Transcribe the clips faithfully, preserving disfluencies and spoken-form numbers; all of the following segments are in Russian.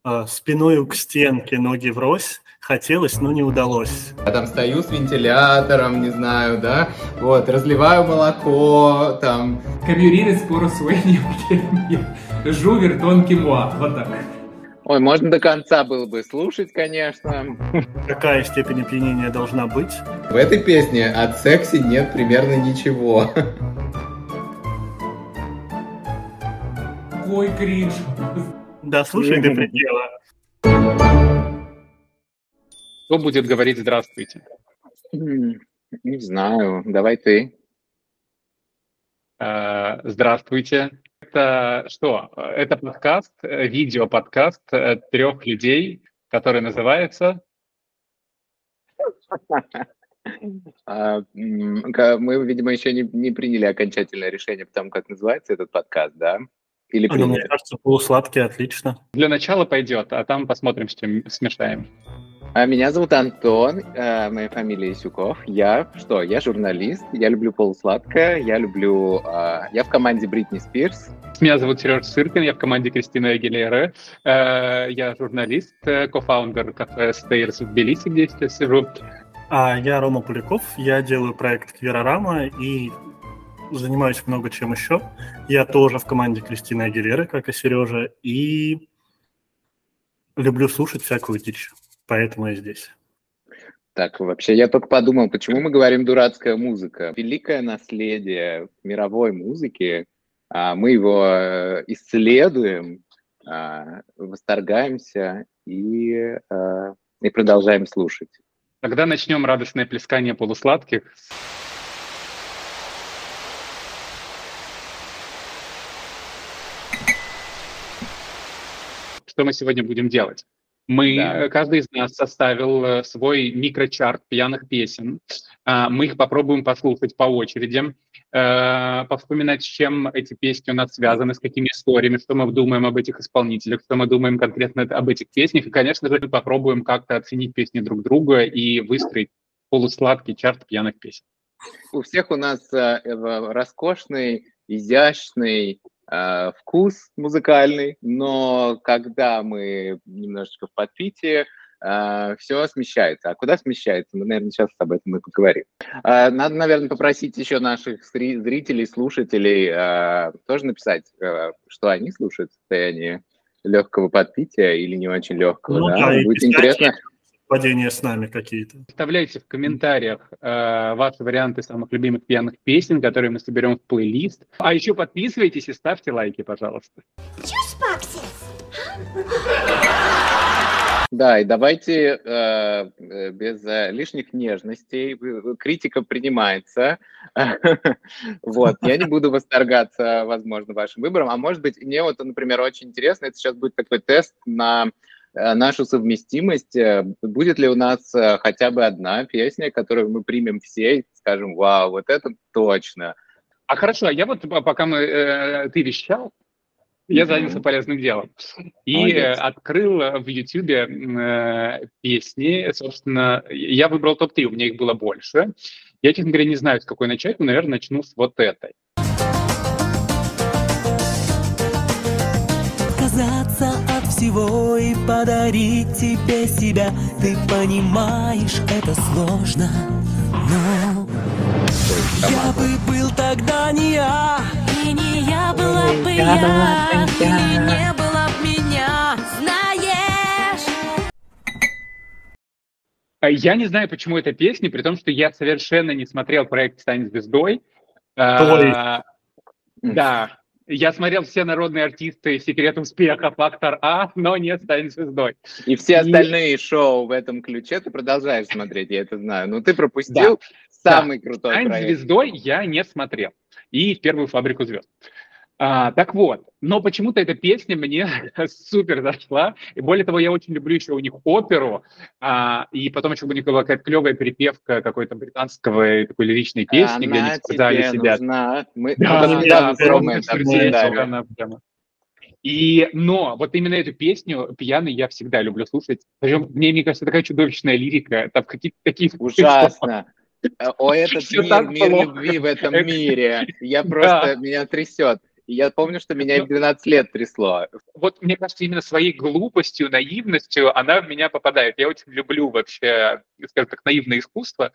А, спиною к стенке, ноги врозь. Хотелось, но не удалось. Я там стою с вентилятором, не знаю, да, вот, разливаю молоко, там... Камюрины спору свои не Жувер тонкий муа, вот так. Ой, можно до конца было бы слушать, конечно. Какая степень опьянения должна быть? В этой песне от секси нет примерно ничего. Ой, кринж. Да, слушай до предела. Кто будет говорить «здравствуйте»? Не знаю, давай ты. Э, Здравствуйте. Это что? Это подкаст, э, видео-подкаст э, трех людей, который называется... А, м, ка- Мы, видимо, еще не, не приняли окончательное решение по тому, как называется этот подкаст, да? Или Ну, мне приняли? кажется, полусладкий отлично. Для начала пойдет, а там посмотрим, с чем смешаем. А, Меня зовут Антон, э, моя фамилия Исюков. Я что? Я журналист, я люблю полусладкое, я люблю... а, Я в команде Бритни Спирс. Меня зовут Сереж Сыркин, я в команде Кристины Агилеры. Э, Я журналист, э, кофаундер кафе Stairs в Тбилиси, где я сейчас сижу. А я Рома Поляков, я делаю проект Квирорама и занимаюсь много чем еще. Я тоже в команде Кристины Агилеры, как и Сережа, и люблю слушать всякую дичь, поэтому я здесь. Так, вообще, я только подумал, почему мы говорим «дурацкая музыка». Великое наследие мировой музыки, а, мы его э, исследуем, а, восторгаемся и, э, и продолжаем слушать. Тогда начнем радостное плескание полусладких. Что мы сегодня будем делать? Мы, Да. э, каждый из нас составил э, свой микрочарт пьяных песен. А, Мы их попробуем послушать по очереди, э, повспоминать, с чем эти песни у нас связаны, с какими историями, что мы думаем об этих исполнителях, что мы думаем конкретно об этих песнях. И, конечно же, мы попробуем как-то оценить песни друг друга и выстроить полусладкий чарт пьяных песен. У всех у нас э, э, роскошный, изящный э, вкус музыкальный, но когда мы немножечко в подпитии, все смещается. А куда смещается? Мы, наверное, сейчас об этом и поговорим. Э, Надо, наверное, попросить еще наших зри- зрителей, слушателей э, тоже написать, э, что они слушают в состоянии легкого подпития или не очень легкого. Ну да? да, и Будет писать интересно. падения с нами какие-то. Оставляйте в комментариях э, ваши варианты самых любимых пьяных песен, которые мы соберем в плейлист. А еще подписывайтесь и ставьте лайки, пожалуйста. Да, и давайте э, э, без э, лишних нежностей. Вы- вы- Критика принимается. Вот, я не буду восторгаться, возможно, вашим выбором. А может быть, мне вот, например, очень интересно, это сейчас будет такой тест на э, нашу совместимость. Э, Будет ли у нас э, хотя бы одна песня, которую мы примем все и скажем, вау, вот это точно. А хорошо, а я вот, п- пока мы, э, ты вещал, я Мгм. занялся полезным делом. И э, Молодец. открыл э, в Ютубе э, песни. Собственно, я выбрал топ три, у меня их было больше. Я, честно говоря, не знаю, с какой начать, но, наверное, начну с вот этой. Отказаться от всего и подарить тебе себя. Ты понимаешь, это сложно, но я бы был тогда не я. И не я была бы я, и не было б меня, знаешь. А Я не знаю, почему эта песня, при том, что я совершенно не смотрел проект «Стань звездой». А, Да, я смотрел все народные артисты «Секрет успеха», «Фактор А», но не «Стань звездой». И все И- остальные шоу в этом ключе ты продолжаешь смотреть, я это знаю. Но ты пропустил самый крутой «Стань проект. звездой» я не смотрел. И «Первую фабрику звезд». А, так вот, но почему-то эта песня мне супер зашла. И более того, я очень люблю еще у них оперу. А, и потом еще у них была какая-то клевая перепевка какой-то британского такой лиричной песни, где они Она в спортзале тебе сидят. нужна. Мы Да, только да, недавно с прям Ромой как это сердечко обсуждали. она прямо. И, но вот именно эту песню «Пьяный» я всегда люблю слушать. Причем в ней, мне кажется, такая чудовищная лирика. Там какие-то такие... Ужасно. О, этот Всё мир, так мир плохо. любви в этом Это- мире. Я просто, Да. меня трясет. И я помню, что меня и в двенадцать лет трясло. Вот, мне кажется, именно своей глупостью, наивностью она в меня попадает. Я очень люблю вообще, скажем так, наивное искусство.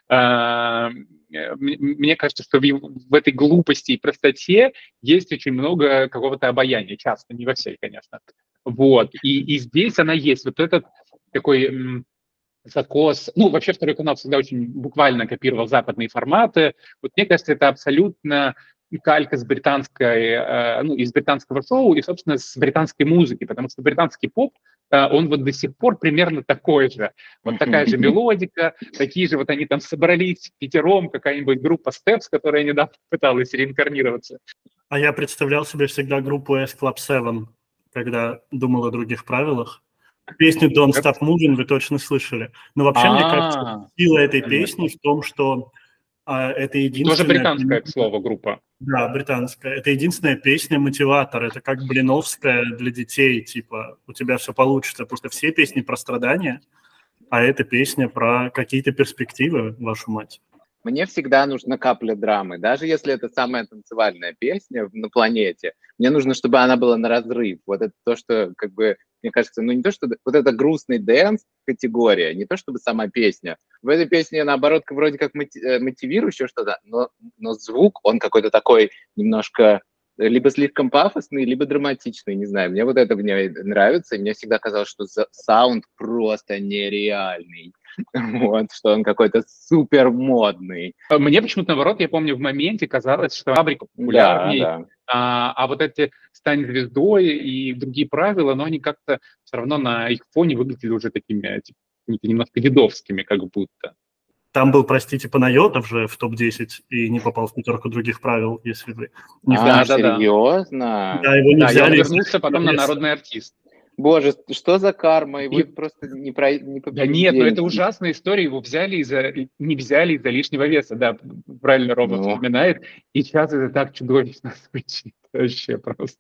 А, м- Мне кажется, что в, ев- в этой глупости и простоте есть очень много какого-то обаяния. Часто, не во всей, конечно. Вот. И, и здесь она есть. Вот этот такой м, закос. Ну, вообще, Второй канал всегда очень буквально копировал западные форматы. Вот мне кажется, это абсолютно калька с британской, э, ну, из британского шоу и, собственно, с британской музыки, потому что британский поп, э, он вот до сих пор примерно такой же. Вот такая же мелодика, такие же вот они там собрались пятером, какая-нибудь группа Steps, которая недавно пыталась реинкарнироваться. А я представлял себе всегда группу S Club семь, когда думал о других правилах. Песню Don't Stop Moving вы точно слышали. Но вообще, мне кажется, А, сила этой конечно. песни в том, что а, это Тоже единственная... британская, к слову, группа. Да, британская. Это единственная песня-мотиватор. Это как Блиновская для детей. Типа, у тебя все получится. Потому что все песни про страдания, а эта песня про какие-то перспективы, вашу мать. Мне всегда нужна капля драмы. Даже если это самая танцевальная песня на планете, мне нужно, чтобы она была на разрыв. Вот это то, что, как бы, мне кажется, ну не то, что... Вот это грустный дэнс категория, не то, чтобы сама песня. В этой песне, наоборот, вроде как моти- мотивирующее что-то, но, но звук, он какой-то такой немножко либо слишком пафосный, либо драматичный, не знаю. Мне вот это в ней нравится, и мне всегда казалось, что за- саунд просто нереальный. Вот, что он какой-то супер модный. Мне почему-то, наоборот, я помню, в моменте казалось, что фабрика Да, популярней, да. а, а вот эти «Стань звездой» и другие правила, но они как-то все равно на их фоне выглядели уже такими типа, какими-то немножко дедовскими, как будто. Там был, простите, Панайотов же в топ десять и не попал в пятерку других правил, если вы не в А, курсе. да-да-да. серьезно? Да, его не Да, и он взяли. вернулся потом на Yes. «Народный артист». Боже, что за карма? Его И- просто не, про... не Да нет, но это победили. ужасная история, его взяли из-за, не взяли из-за лишнего веса, да, правильно Рома Ну. вспоминает, и сейчас это так чудовищно звучит, вообще просто.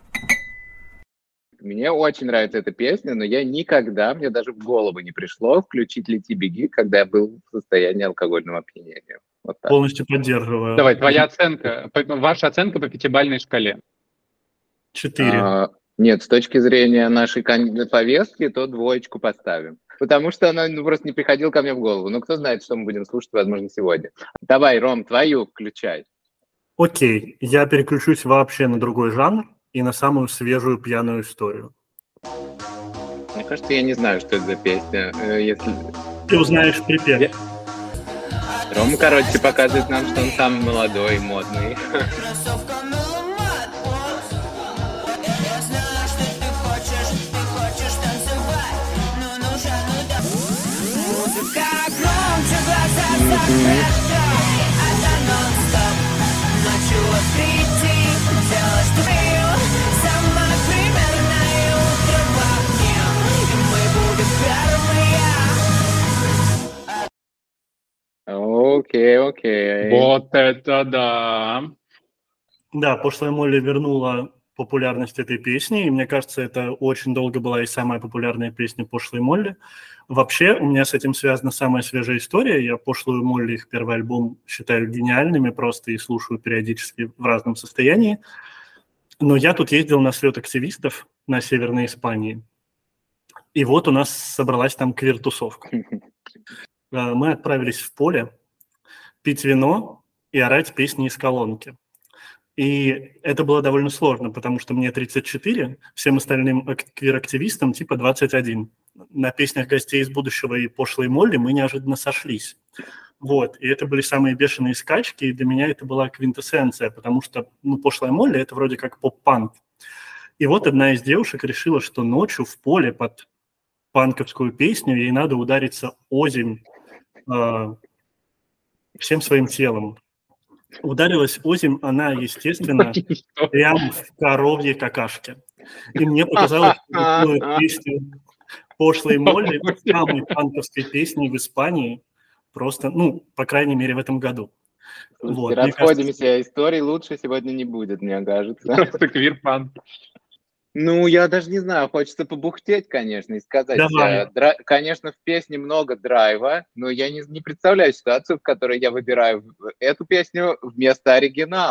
Мне очень нравится эта песня, но я никогда, мне даже в голову не пришло включить «Лети, беги», когда я был в состоянии алкогольного опьянения. Вот так. Полностью поддерживаю. Давай, твоя оценка, по- ваша оценка по пятибалльной шкале. Четыре. А, нет, с точки зрения нашей кон- повестки, то двоечку поставим. Потому что она ну, просто не приходила ко мне в голову. Ну, кто знает, что мы будем слушать, возможно, сегодня. Давай, Ром, твою включай. Окей, я переключусь вообще на другой жанр и на самую свежую пьяную историю. Мне кажется, я не знаю, что это за песня. Э, Если... Ты узнаешь припев. Рома, короче, показывает нам, что он самый молодой и модный. Окей, окей. Вот это да. Да, пошлая Молли вернула популярность этой песни, и мне кажется, это очень долго была и самая популярная песня пошлой Молли. Вообще, у меня с этим связана самая свежая история. Я пошлую Молли, их первый альбом, считаю гениальными просто и слушаю периодически в разном состоянии. Но я тут ездил на слет активистов на Северной Испании, и вот у нас собралась там квир-тусовка. Мы отправились в поле пить вино и орать песни из колонки. И это было довольно сложно, потому что мне тридцать четыре, всем остальным квир-активистам типа двадцать один. На песнях «Гостей из будущего» и «Пошлой Молли» мы неожиданно сошлись. Вот, и это были самые бешеные скачки, и для меня это была квинтэссенция, потому что, ну, «Пошлая Молли» — это вроде как поп-панк. И вот одна из девушек решила, что ночью в поле под панковскую песню ей надо удариться озимь э, всем своим телом. Ударилась озимь она, естественно, прямо в коровье какашке. И мне показалось, что такую песню «Пошлой Молли» самой панковской песней в Испании просто, ну, по крайней мере, в этом году. Слушайте, Вот, мне расходимся, кажется, историй лучше сегодня не будет, мне кажется. Просто квир-панк. Ну, я даже не знаю, хочется побухтеть, конечно, и сказать, Давай. э, дра- конечно, в песне много драйва, но я не, не представляю ситуацию, в которой я выбираю в- эту песню вместо оригинала.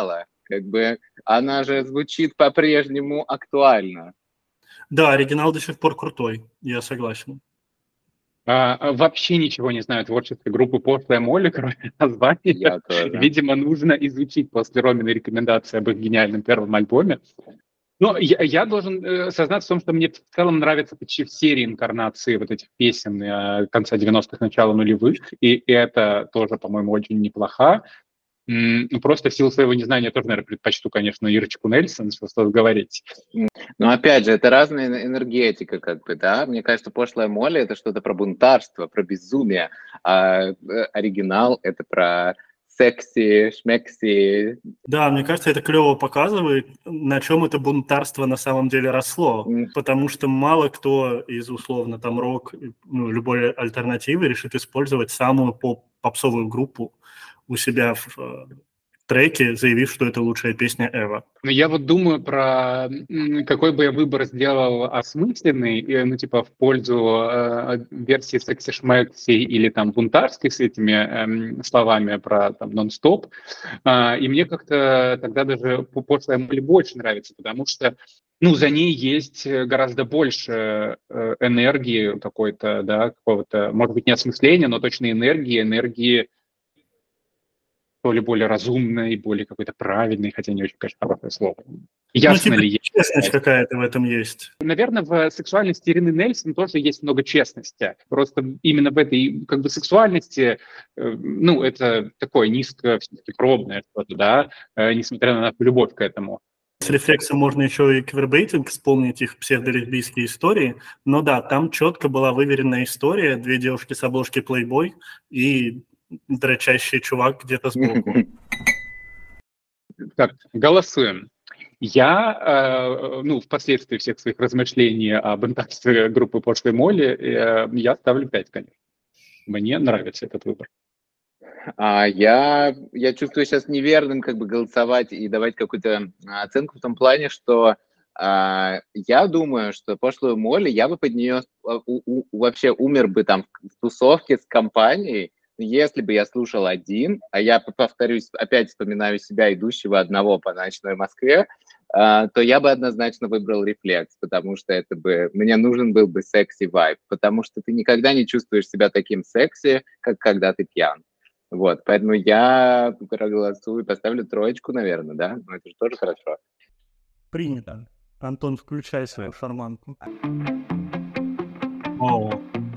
как бы она же звучит по-прежнему актуально. Да, оригинал до сих пор крутой, я согласен. А, вообще ничего не знаю творческой группы «Пошлая Молли», кроме названия. Я тоже. Видимо, нужно изучить после Роминой рекомендации об их гениальном первом альбоме. Но я, я должен э, сознаться в том, что мне в целом нравятся почти все реинкарнации вот этих песен э, конца девяностых, начала нулевых, и это тоже, по-моему, очень неплохо. М, ну, просто в силу своего незнания я тоже, наверное, предпочту, конечно, Ирочку Нельсон, что тут говорить. Но опять же, это разная эн- энергетика, как бы, да. Мне кажется, «Пошлая Молли» — это что-то про бунтарство, про безумие, а э, оригинал — это про секси, шмекси. Да, мне кажется, это клево показывает, на чем это бунтарство на самом деле росло, М. потому что мало кто из, условно, там, рок, ну, любой альтернативы решит использовать самую поп- попсовую группу у себя в э, треке, заявив, что это лучшая песня ever. Но я вот думаю про м, какой бы я выбор сделал осмысленный, э, ну, типа, в пользу э, версии секси-шмекси или там бунтарской с этими эм, словами про там нон-стоп. А, и мне как-то тогда даже по- «Пошлая Молли» больше нравится, потому что, ну, за ней есть э, гораздо больше э, энергии какой-то, да, какого-то, может быть, не осмысления, но точно энергии, энергии то ли более разумной, более какой-то правильной, хотя не очень, конечно, хорошее слово. Ну, Ясно типа, ли есть? честность какая-то в этом есть. Наверное, в сексуальности Ирины Нельсон тоже есть много честности. Просто именно в этой как бы сексуальности, э, ну, это такое низко все-таки пробное что-то, да, э, несмотря на нашу любовь к этому. С рефлексом можно еще и квербейтинг вспомнить, их псевдолесбийские истории. Но да, там четко была выверенная история. Две девушки с обложки Playboy и дрочащий чувак где-то сбоку. Так, голосуем. Я, э, ну, впоследствии всех своих размышлений о бунтарстве группы «Пошлой Молли», э, я ставлю пять, конечно. Мне нравится этот выбор. А я, я чувствую сейчас неверным как бы голосовать и давать какую-то а, оценку в том плане, что а, я думаю, что «Пошлую Молли» я бы под нее а, у- у- вообще умер бы там в тусовке с компанией, если бы я слушал один, а я, п- повторюсь, опять вспоминаю себя, идущего одного по ночной Москве, а, то я бы однозначно выбрал «Рефлекс», потому что это бы, мне нужен был бы секси-вайб, потому что ты никогда не чувствуешь себя таким секси, как когда ты пьян. Вот, поэтому я проголосую, поставлю троечку, наверное, да? Ну, это же тоже хорошо. Принято. Антон, включай свою шарманку. О,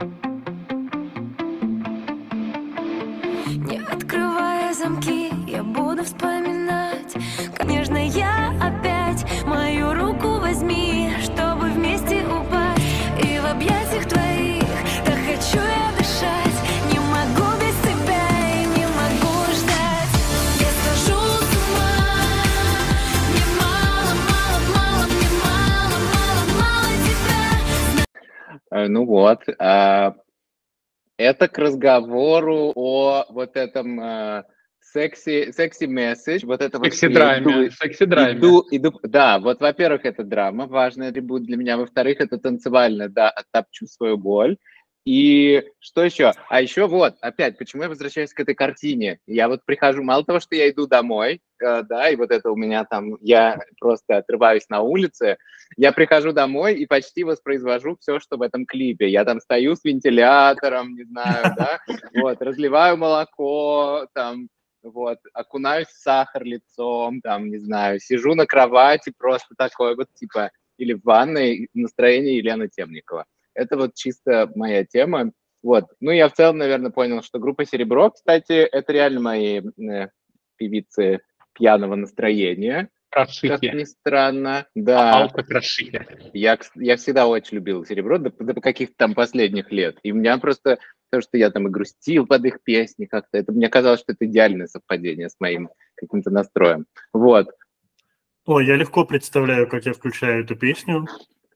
Не открывая замки, я буду вспоминать. Конечно, я опять мою руку возьми, чтобы вместе упасть. И в объятиях твоих так хочу я дышать. Не могу без тебя и не могу ждать. Я схожу с ума. Мне мало, мало, мало, мне мало, мало, мало тебя. Э, Ну вот, а, это к разговору о вот этом э, секси, секси-месседж, вот это вот, что я иду, Секси-драме, секси-драме. иду, иду, да, вот, во-первых, это драма, важный атрибут для меня, во-вторых, это танцевально, да, оттопчу свою боль, и что еще? А еще вот, опять, почему я возвращаюсь к этой картине? Я вот прихожу, мало того, что я иду домой, э, да, и вот это у меня там, я просто отрываюсь на улице, я прихожу домой и почти воспроизвожу все, что в этом клипе. Я там стою с вентилятором, не знаю, да, вот, разливаю молоко, там, вот, окунаюсь в сахар лицом, там, не знаю, сижу на кровати, просто такой вот, типа, или в ванной, настроение Елены Темникова. Это вот чисто моя тема. Вот. Ну, я в целом, наверное, понял, что группа «Серебро», кстати, это реально мои э, певицы пьяного настроения, как Крашихи. ни странно. Да, Алко-крашихи. я, кс- я всегда очень любил «Серебро» до, до каких-то там последних лет. И у меня просто то, что я там и грустил под их песни как-то, это мне казалось, что это идеальное совпадение с моим каким-то настроем. Вот. Ой, я легко представляю, как я включаю эту песню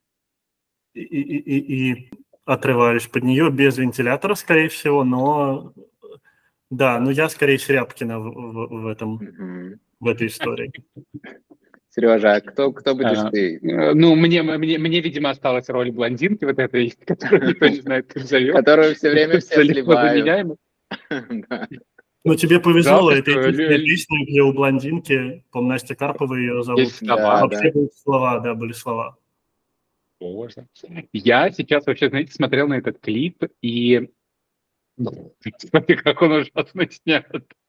и, и, и, и отрываюсь под нее без вентилятора, скорее всего, но да, ну я скорее Серябкина в, в, в этом, Мгм. в этой истории. Сережа, а кто, кто будешь А, ты? э, Ну, мне, мне, мне, видимо, осталась роль блондинки вот этой, которую никто не знает, как зовет. Которую все время все Легко сливают. заменяемый. Да. Ну, тебе повезло, Жалко, это что единственная лю- песня, где у блондинки, по-моему, Настя Карпова ее зовут, есть слова. Да, вообще да. были слова, да, были слова. Боже. Я сейчас вообще, знаете, смотрел на этот клип, и ну, смотри, как он ужасно снят.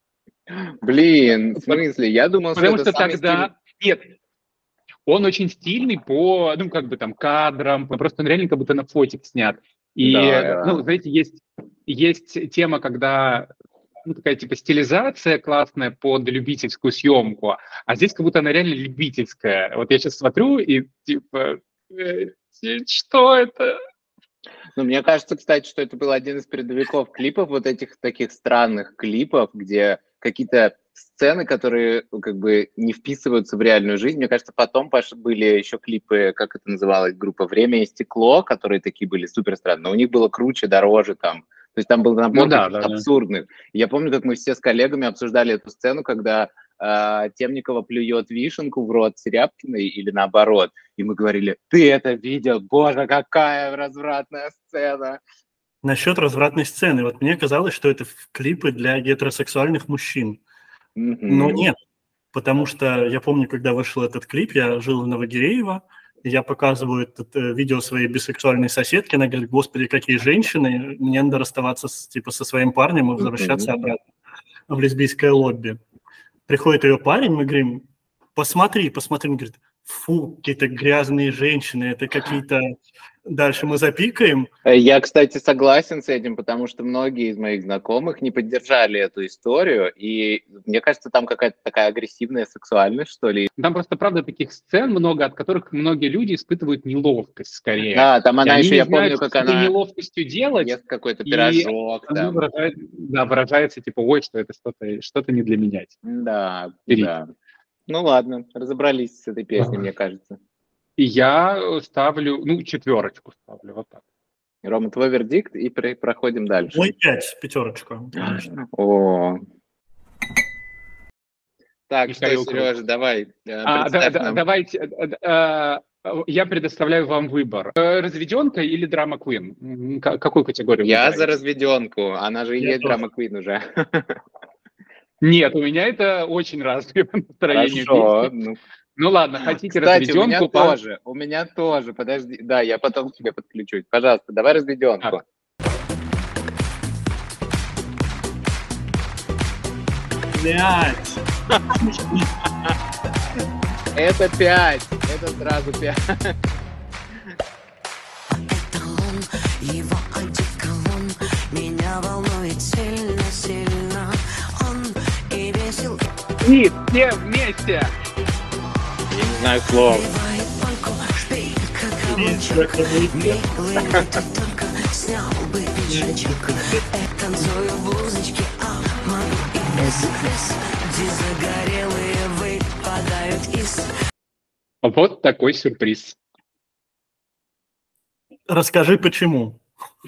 Блин, в смысле? Я думал, что Потому это что самый тогда... Нет, он очень стильный по, ну, как бы там, кадрам, просто он реально как будто на фотик снят. И, Да, ну, да. знаете, есть, есть тема, когда ну, такая типа стилизация классная под любительскую съемку, а здесь как будто она реально любительская. Вот я сейчас смотрю и типа, э, что это? Ну, мне кажется, кстати, что это был один из передовиков клипов, вот этих таких странных клипов, где какие-то сцены, которые ну, как бы не вписываются в реальную жизнь. Мне кажется, потом пош- были еще клипы, как это называлась, группа «Время и стекло», которые такие были супер странные, но у них было круче, дороже там. То есть там был Ну набор да, каких-то да, да. абсурдных. И я помню, как мы все с коллегами обсуждали эту сцену, когда э, Темникова плюет вишенку в рот Серябкиной или наоборот. И мы говорили, ты это видел? Боже, какая развратная сцена! Насчет развратной сцены. Вот мне казалось, что это в- клипы для гетеросексуальных мужчин. Но Мгм. нет, потому что я помню, когда вышел этот клип, я жил в Новогиреево, и я показываю это э, видео своей бисексуальной соседке, она говорит, господи, какие женщины, мне надо расставаться с, типа, со своим парнем и возвращаться Мгм. обратно в лесбийское лобби. Приходит ее парень, мы говорим, посмотри, посмотри, он говорит, фу, какие-то грязные женщины, это какие-то... Дальше мы запикаем, Э, Я, кстати, согласен с этим, потому что многие из моих знакомых не поддержали эту историю, и мне кажется, там какая-то такая агрессивная сексуальность, что ли. Там просто, правда, таких сцен много, от которых многие люди испытывают неловкость скорее. Да, там И она они еще, не я знают, помню, что как с этой она неловкостью делать, ест какой-то и пирожок она там. выражает, да, выражается, типа, ой, что это что-то, что-то не для меня. Да, Берите. да. Ну ладно, разобрались с этой песней, мне кажется. И я э, ставлю, ну, четверочку ставлю, вот так. Рома, твой вердикт, и при- проходим дальше. мой пять, пятерочку, конечно. О. Так, Михаил что, Круг. Сережа, давай, э, А, да, представь да, нам. давайте, э, э, э, я предоставляю вам выбор. Э, Разведенка или драма Queen? М, ка- Какую категорию Я выбираете? за разведенку, она же и Я есть тоже. драма Queen уже. Нет, у меня это очень разные по настроению Хорошо. песни. Ну, Ну ладно, хотите кстати, у меня разведенку? по- тоже, у меня тоже, подожди, да, я потом к тебе подключусь. Пожалуйста, давай разведенку. Так. Блядь. Это пять, это сразу пять. Это он, его одеколон меня волнует сильно-сильно. Он и весел, И все вместе! Я не знаю слов. бивает пальку, шпиль, как И каблучок. что-то будет. Милый, бы ты только снял бы пиджачок. Я танцую в блузочке, а могу и без-без. Где загорелые выпадают из... Вот такой сюрприз. Расскажи, почему.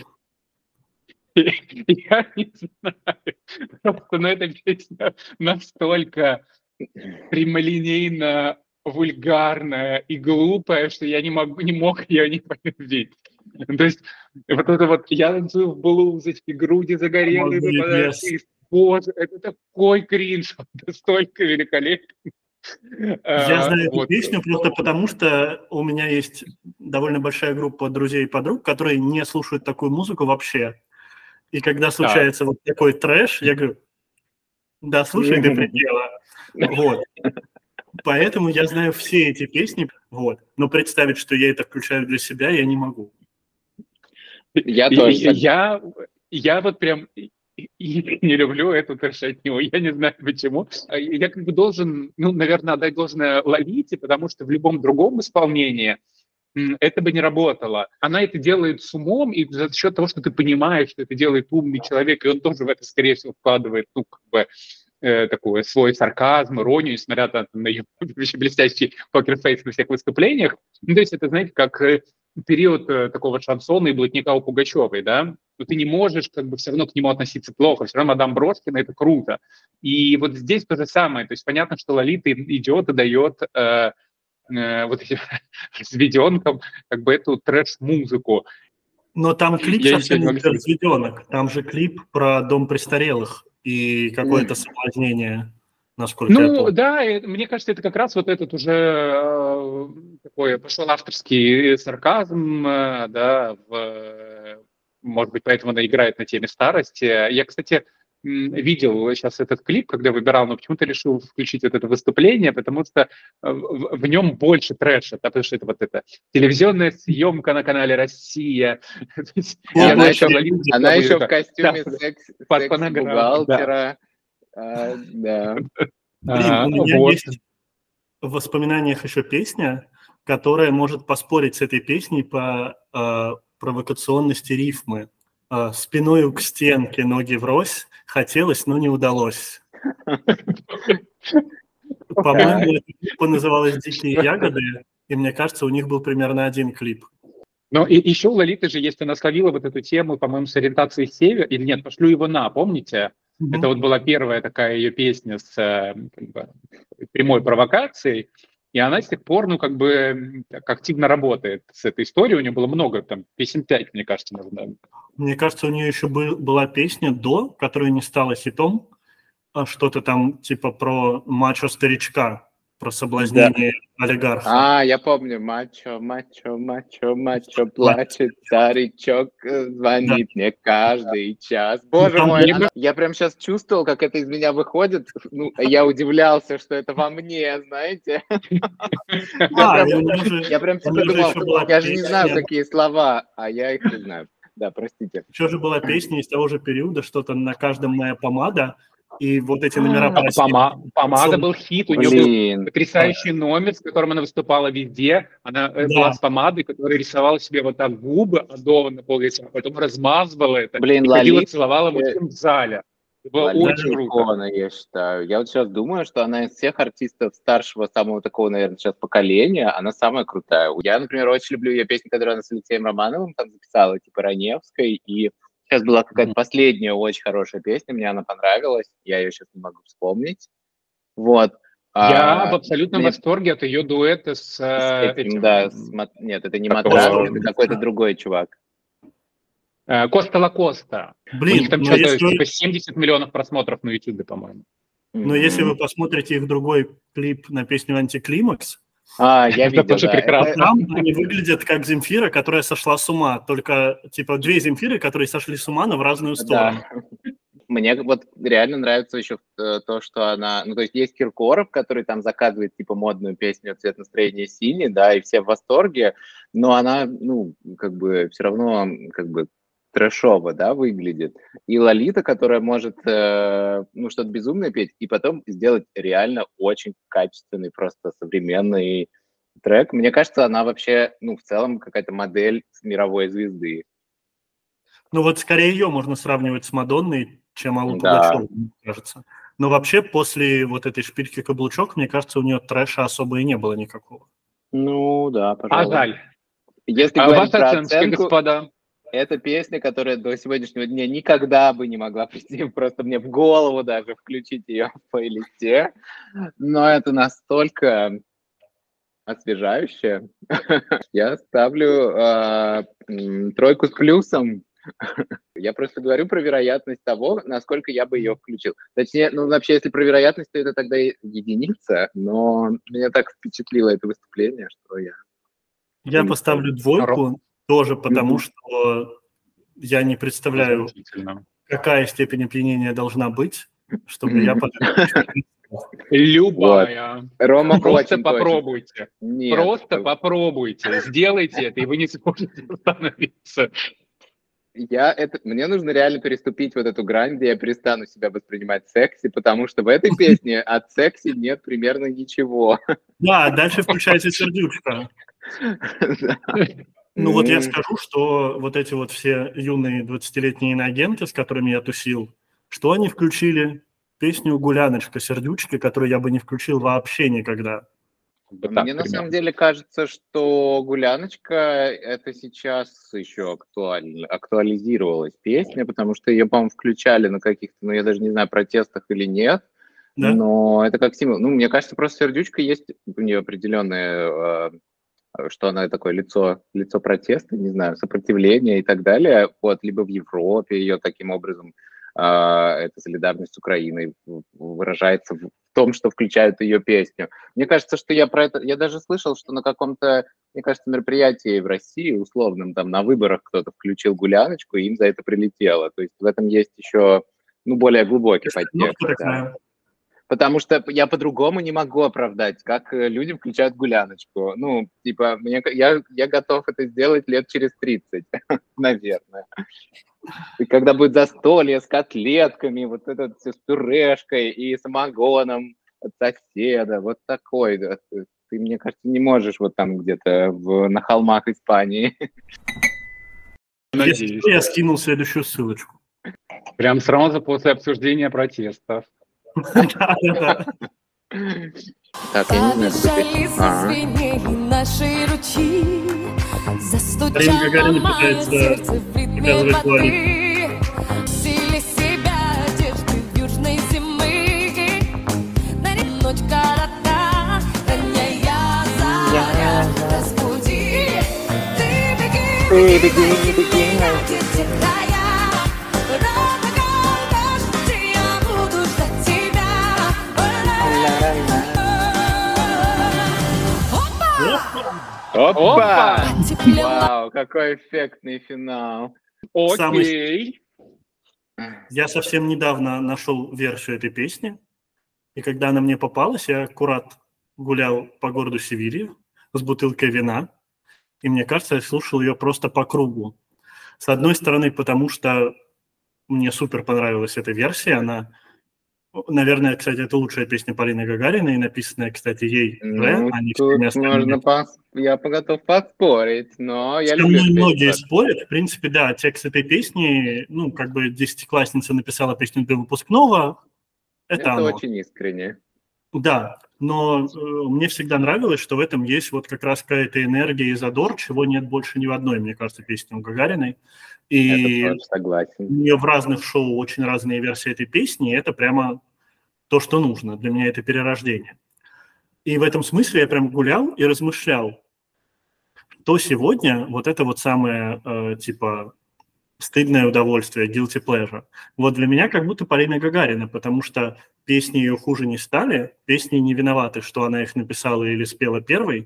Я не знаю. Просто, ну, эта песня настолько прямолинейно вульгарная и глупая, что я не могу, не мог ее не полюбить. То есть вот это вот я танцую в блузочке, груди загорелые, Могу и выпадают без. из. Боже, это такой кринж, это столько великолепно. Я А, знаю эту вот. песню просто потому, что у меня есть довольно большая группа друзей и подруг, которые не слушают такую музыку вообще. И когда случается вот такой трэш, я говорю, да, слушай до предела. Вот. Поэтому я знаю все эти песни, вот. Но представить, что я это включаю для себя, я не могу. Я И- тоже и- согласен. Я, я вот прям и- и не люблю эту трешатню, я не знаю почему. А Я как бы должен, ну, наверное, отдать должное Лолите, потому что в любом другом исполнении м, это бы не работало. Она это делает с умом, и за счет того, что ты понимаешь, что это делает умный человек, и он тоже в это, скорее всего, вкладывает, ну, как бы, э, такой свой сарказм, иронию, несмотря на, на ее вообще блестящий покерфейс на всех выступлениях. Ну, то есть это, знаете, как э, период э, такого шансона и блатника у Пугачевой, да? Но ты не можешь как бы все равно к нему относиться плохо, все равно мадам Брошкина — это круто. И вот здесь то же самое. То есть понятно, что Лолита идет и дает э, э, вот этим разведенкам как бы эту трэш-музыку. Но там клип Я совсем ничего не не могу про сказать. разведенок. Там же клип про дом престарелых. и какое-то соблазнение, насколько я Ну, помню. да, и мне кажется, это как раз вот этот уже э, такой пошел авторский сарказм, э, да, в, э, может быть, поэтому она играет на теме старости. Я, кстати, м, видел сейчас этот клип, когда выбирал, но почему-то решил включить вот это выступление, потому что э, в, в нем больше трэша, да, потому что это вот эта телевизионная съемка на канале «Россия». То есть И я она знаю, еще, что Лолита она Соколова, еще в да, костюме да, секс, под фонограмму, да. секс-бухгалтера. А, да. Блин, А, у меня вот. есть в воспоминаниях еще песня, которая может поспорить с этой песней по э, провокационности рифмы. Э, «Спиною к стенке, ноги врозь, хотелось, но не удалось». По-моему, эта группа называлась «Дикие ягоды», и мне кажется, у них был примерно один клип. Ну, и еще у Лолиты же есть, она словила вот эту тему, по-моему, с ориентацией север, или нет, «Пошлю его на», помните? Мгм. Это вот была первая такая ее песня с э, как бы, прямой провокацией, и она с тех пор, ну, как бы, м, так активно работает с этой историей, у нее было много, там, песен пять, мне кажется, наверное. Мне кажется, у нее еще был- была песня до, которая не стала хитом, а что-то там типа про мачо-старичка, про соблазнение олигарха. А, я помню, мачо, мачо, мачо, мачо, плачет старичок, э, звонит мне каждый час. Боже там мой, я она- я прям сейчас чувствовал, как это из меня выходит. Ну, я удивлялся, что это во мне, знаете. Я А, прям, и у нее же, я прям у типа нее же думал, еще была я же не знаю, песня, какие слова, а я их не знаю. Да, простите. еще же была песня из того же периода, что-то «На каждом моя помада», и вот эти номера по А, России. Пома- Помада был хит, у нее был Блин. потрясающий номер, с которым она выступала везде. Она э, Да. была с помадой, которая рисовала себе вот так губы адово на пол лица, а потом размазывала это Блин, и ходила, Лолита, целовала э, мужчин в зале. Это было Лолита очень круто. икона, я считаю. Я вот сейчас думаю, что она из всех артистов старшего, самого такого, наверное, сейчас поколения, она самая крутая. Я, например, очень люблю ее песни, которые она с Алексеем Романовым там записала, типа Раневской, и сейчас была какая-то Мгм. последняя очень хорошая песня, мне она понравилась, я ее сейчас не могу вспомнить. Вот. Я в А, абсолютном мне восторге от ее дуэта с с э, этим, этим, да, с Мат- нет, это не как Матрас, его, это какой-то другой чувак. э, Коста Лакоста. У них Блин, там но что-то если, типа семьдесят миллионов просмотров на Ютубе, по-моему. но если Мгм. вы посмотрите их другой клип на песню «Антиклимакс», А, я Это видел, тоже да. прекрасно. Это- там они выглядят как Земфира, которая сошла с ума. Только, типа, две Земфиры, которые сошли с ума, но в разную сторону. Да. Мне вот реально нравится еще э, то, что она... Ну, то есть есть Киркоров, который там заказывает, типа, модную песню «Цвет настроения синий», да, и все в восторге, но она, ну, как бы все равно, как бы, трэшово, да, выглядит. И Лолита, которая может, э, ну, что-то безумное петь, и потом сделать реально очень качественный, просто современный трек. Мне кажется, она вообще, ну, в целом какая-то модель с мировой звезды. Ну вот скорее ее можно сравнивать с Мадонной, чем Аллу Да. Пугачеву, мне кажется. Но вообще после вот этой шпильки каблучок, мне кажется, у нее трэша особо и не было никакого. Ну, да, А пожалуй. жаль. Если А говорить ваши про оценки, оценку, господа? это песня, которая до сегодняшнего дня никогда бы не могла прийти просто мне в голову даже включить ее в плейлисте. Но это настолько освежающе. Я ставлю а, м, тройку с плюсом. Я просто говорю про вероятность того, насколько я бы ее включил. Точнее, ну вообще, если про вероятность, то это тогда и единица, но меня так впечатлило это выступление, что я... Я Мгм. поставлю двойку тоже потому, Мгм. что я не представляю, Возмутительно. какая степень опьянения должна быть, чтобы я под это Любая. Рома Просто очень точно. попробуйте. Нет. Просто попробуйте. Сделайте это, и вы не сможете остановиться. Я это, мне нужно реально переступить вот эту грань, где я перестану себя воспринимать секси, потому что в этой песне от секси нет примерно ничего. Да, дальше включается сердючка. Ну вот я М. скажу, что вот эти вот все юные двадцатилетние иноагенты, с которыми я тусил, что они включили? Песню «Гуляночка», «Сердючка», которую я бы не включил вообще никогда. Вот Мне так на примерно. самом деле кажется, что «Гуляночка» — это сейчас еще актуально, актуализировалась песня, потому что ее, по-моему, включали на каких-то, ну, я даже не знаю, протестах или нет, Да? но это как символ. Ну, мне кажется, просто «Сердючка» есть у нее определенное, э, что она такое лицо, лицо протеста, не знаю, сопротивления и так далее, вот, либо в Европе ее таким образом эта солидарность с Украиной выражается в том, что включают ее песню. Мне кажется, что я про это... Я даже слышал, что на каком-то, мне кажется, мероприятии в России, условном, там, на выборах кто-то включил гуляночку, и им за это прилетело. То есть в этом есть еще, ну, более глубокий подтекст. Да. Потому что я по-другому не могу оправдать, как люди включают гуляночку. Ну, типа, мне, я, я готов это сделать лет через тридцать, наверное. И когда будет застолье с котлетками, вот это все с пюрешкой и самогоном от соседа, вот такой. Да. Ты, ты, мне кажется, не можешь вот там где-то в, на холмах Испании. Если я скинул следующую ссылочку. Прям сразу после обсуждения протестов. Так, я не знаю, наши ручьи, застучало мое сердце в ритме воды, силе себя одежды в южной зимы, на ночь коротка, ранняя заря, разбуди, ты беги, беги, беги, беги, найди те края. Опа! Вау, какой эффектный финал. Окей. Самый... Я совсем недавно нашел версию этой песни, и когда она мне попалась, я аккурат гулял по городу Севилья с бутылкой вина, и мне кажется, я слушал ее просто по кругу. С одной стороны, потому что мне супер понравилась эта версия, она... Наверное, кстати, это лучшая песня Полины Гагариной, написанная, кстати, ей же, ну, а не тут можно пос... Я готов поспорить, но я люблю песню. Многие спорят. В принципе, да, текст этой песни, ну, как бы десятиклассница написала песню для выпускного, это, это оно. очень искренне. Да, но э, мне всегда нравилось, что в этом есть вот как раз какая-то энергия и задор, чего нет больше ни в одной, мне кажется, песне у Гагариной. И это тоже согласен. У нее в разных шоу очень разные версии этой песни, и это прямо то, что нужно. Для меня это перерождение. И в этом смысле я прям гулял и размышлял, что сегодня вот это вот самое, э, типа, стыдное удовольствие, guilty pleasure. Вот для меня как будто Полина Гагарина, потому что песни ее хуже не стали, песни не виноваты, что она их написала или спела первой.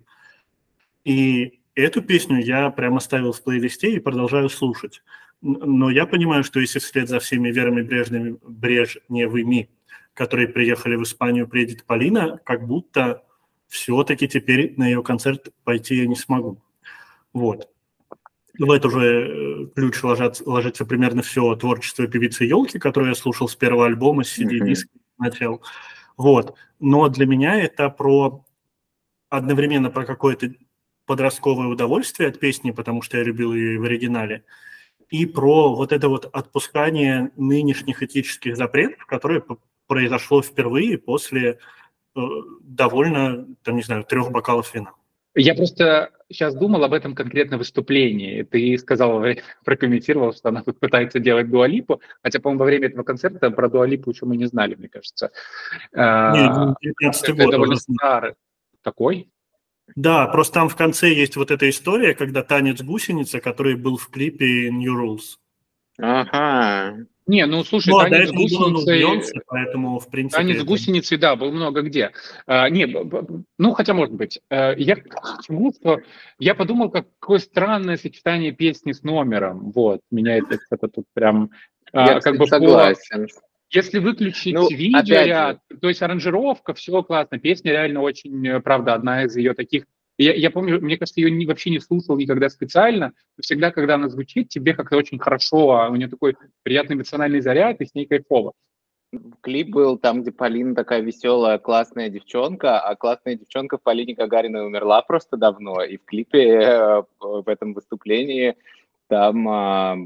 И эту песню я прямо ставил в плейлисте и продолжаю слушать. Но я понимаю, что если вслед за всеми Верами Брежневыми, Брежневыми, которые приехали в Испанию, приедет Полина, как будто все-таки теперь на ее концерт пойти я не смогу. Вот. В эту же ключ ложатся, ложится примерно все творчество певицы Ёлки, которую я слушал с первого альбома, с си ди-диска начал. Вот. Но для меня это про одновременно про какое-то подростковое удовольствие от песни, потому что я любил ее в оригинале, и про вот это вот отпускание нынешних этических запретов, которое произошло впервые после э, довольно, там, не знаю, трех бокалов вина. Я просто сейчас думал об этом конкретно выступлении. Ты сказал, прокомментировал, что она тут пытается делать Дуа Липу, хотя, по-моему, во время этого концерта про Дуа Липу еще мы не знали, мне кажется. Нет, девятнадцатый год. Это довольно старый. Такой? Да, просто там в конце есть вот эта история, когда танец гусеница, который был в клипе New Rules. Ага. Не, ну слушай, ну, танец а с гусеницей... Бьонсе, поэтому, в принципе... Танец с это... гусеницей, да, был много где. А, не, ну, хотя, может быть. А, я почему что я подумал, какое странное сочетание песни с номером. Вот, меня это, это тут прям... Я, а, как кстати, бы согласен. По... Если выключить ну, видеоряд, то есть аранжировка, все классно. Песня реально очень, правда, одна из ее таких... Я, я помню, мне кажется, ее не, вообще не слушал никогда специально, но всегда, когда она звучит, тебе как-то очень хорошо, у нее такой приятный эмоциональный заряд, и с ней кайфово. Клип был там, где Полина такая веселая, классная девчонка, а классная девчонка в Полине Гагариной умерла просто давно, и в клипе э, в этом выступлении там... Э,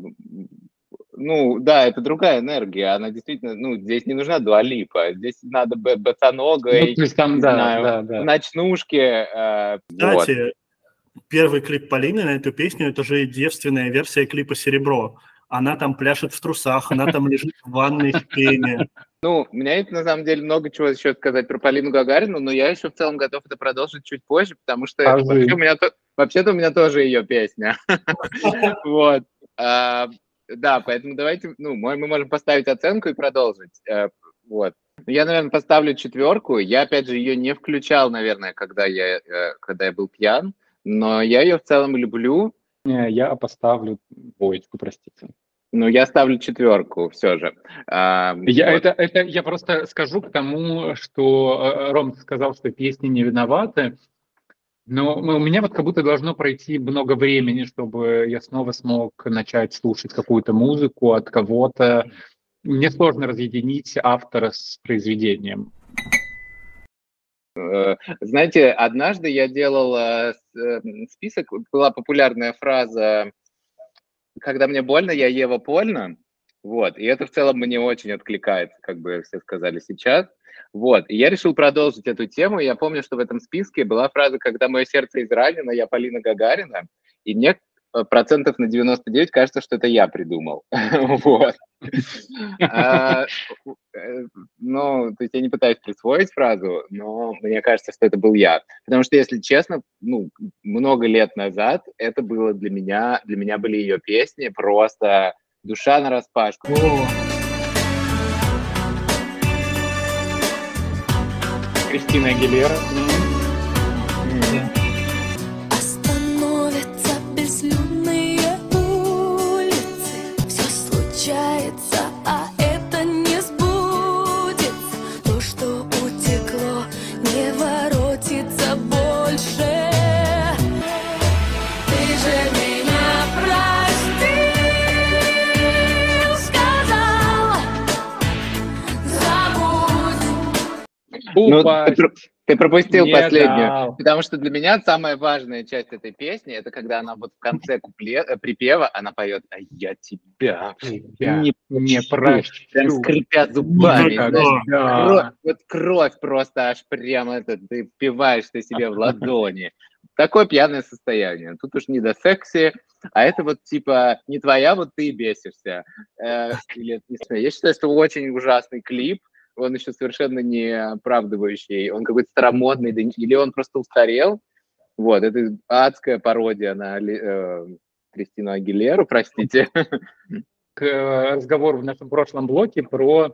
ну, да, это другая энергия, она действительно, ну, здесь не нужна Дуа Липа, здесь надо босоногой, ну, то есть там, не да, знаю, да, да. в ночнушке. Э, Кстати, вот. Первый клип Полины на эту песню, это же девственная версия клипа «Серебро». Она там пляшет в трусах, она там лежит в ванной в пене. Ну, у меня есть, на самом деле, много чего еще сказать про Полину Гагарину, но я еще в целом готов это продолжить чуть позже, потому что вообще-то у меня тоже ее песня. Вот. Да, поэтому давайте, ну, мы мы можем поставить оценку и продолжить. Э, Вот. Я, наверное, поставлю четверку. Я, опять же, ее не включал, наверное, когда я, э, когда я был пьян, но я ее в целом люблю. Не, Я поставлю двоечку, простите. Но я ставлю четверку все же. А, Я, вот. это, это, я просто скажу к тому, что э, Ром сказал, что песни не виноваты, но у меня вот как будто должно пройти много времени, чтобы я снова смог начать слушать какую-то музыку от кого-то. Мне сложно разъединить автора с произведением. Э, Знаете, однажды я делал э, с- э, список, была популярная фраза «Когда мне больно, я Ева Польна». Вот, и это в целом мне очень откликается, как бы все сказали сейчас. Вот, и я решил продолжить эту тему. Я помню, что в этом списке была фраза «Когда мое сердце изранено, я Полина Гагарина». И мне э, процентов на девяносто девять кажется, что это я придумал. Вот. А, э, Ну, то есть я не пытаюсь присвоить фразу, но мне кажется, что это был я. Потому что, если честно, ну, много лет назад это было для меня, для меня были ее песни, просто душа нараспашку. О, Кристина Агилера. Остановятся безлюдные улицы. Все случается, а это не сбудется. То, что утекло, не воротится больше. Ты же меня простил, сказал, забудь. Ну, Упасть. ты, про- ты пропустил Не последнюю, дал. потому что для меня самая важная часть этой песни это когда она вот в конце купле, э, припева она поет «А я тебя Я не не прощу», прям прощу. скрипя зубами, Никогда. знаешь, Да. кровь, вот кровь просто аж прям это ты впиваешь ты себе в ладони. Такое пьяное состояние. Тут уж не до секси, а это вот типа не твоя, вот ты бесишься. Э, или это не знаю. Я считаю, что очень ужасный клип. Он еще совершенно не оправдывающий, он какой-то старомодный, да, или он просто устарел. Вот, это адская пародия на Али- э, Кристину Агилеру, простите. К э, разговору в нашем прошлом блоке про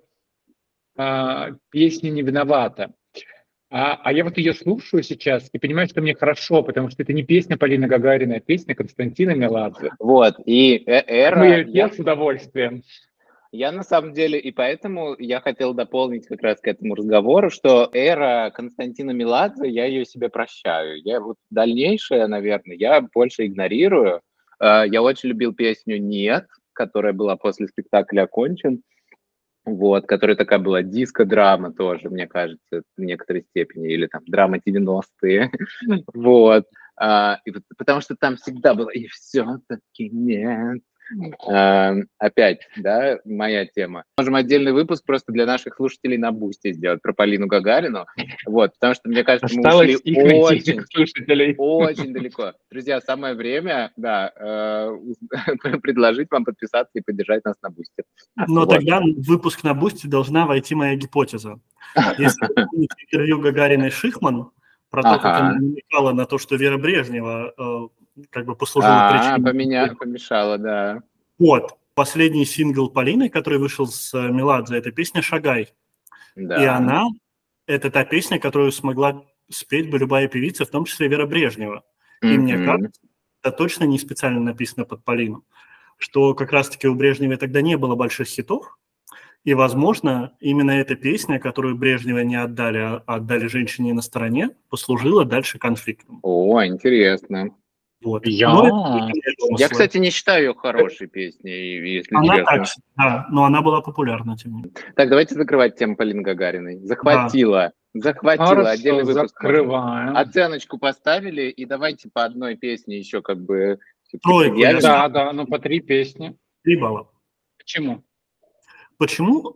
а, песню «Не виновата». А, а я вот ее слушаю сейчас и понимаю, что мне хорошо, потому что это не песня Полины Гагариной, а песня Константина Меладзе. Вот, и э- Мы эра... ее пел с удовольствием. Я на самом деле, и поэтому я хотел дополнить как раз к этому разговору, что эра Константина Меладзе, я ее себе прощаю. Я вот дальнейшее, наверное, я больше игнорирую. Э, Я очень любил песню «Нет», которая была после спектакля «Окончен», вот, которая такая была диско-драма тоже, мне кажется, в некоторой степени, или там драма девяностые, вот. А, и вот потому что там всегда было «И все-таки нет». А, Опять, да, моя тема. Можем отдельный выпуск просто для наших слушателей на Бусти сделать про Полину Гагарину, вот, потому что, мне кажется, мы ушли Осталось их найти, очень, этих слушателей. очень далеко. Друзья, самое время, да, э, предложить вам подписаться и поддержать нас на Бусти. Но Вот. тогда в выпуск на Бусти должна войти моя гипотеза. Если вы помните интервью Гагариной Шихман про то, как Ага. она намекала на то, что Вера Брежнева э, как бы послужила А, причиной. поменя... помешало, да. Вот, последний сингл Полины, который вышел с э, Меладзе, это песня «Шагай». Да. И она, это та песня, которую смогла спеть бы любая певица, в том числе Вера Брежнева. И мне Мгм. кажется, это точно не специально написано под Полину, что как раз-таки у Брежневой тогда не было больших хитов, и, возможно, именно эта песня, которую Брежневой не отдали, а отдали женщине на стороне, послужила дальше конфликтом. О, интересно. Вот. Я- Но это только мои домыслы. Я, кстати, не считаю ее хорошей песней, если Она честно. так себе, да, но она была популярна, тем не менее. Так, давайте закрывать тему Полины Гагариной. Захватила. Захватила. Хорошо, Отдельный выпуск. можно. закрываем. Оценочку поставили, и давайте по одной песне еще как бы всё-таки Тройку, предъявим. Да, да, ну по три песни. Три балла. Почему? Почему?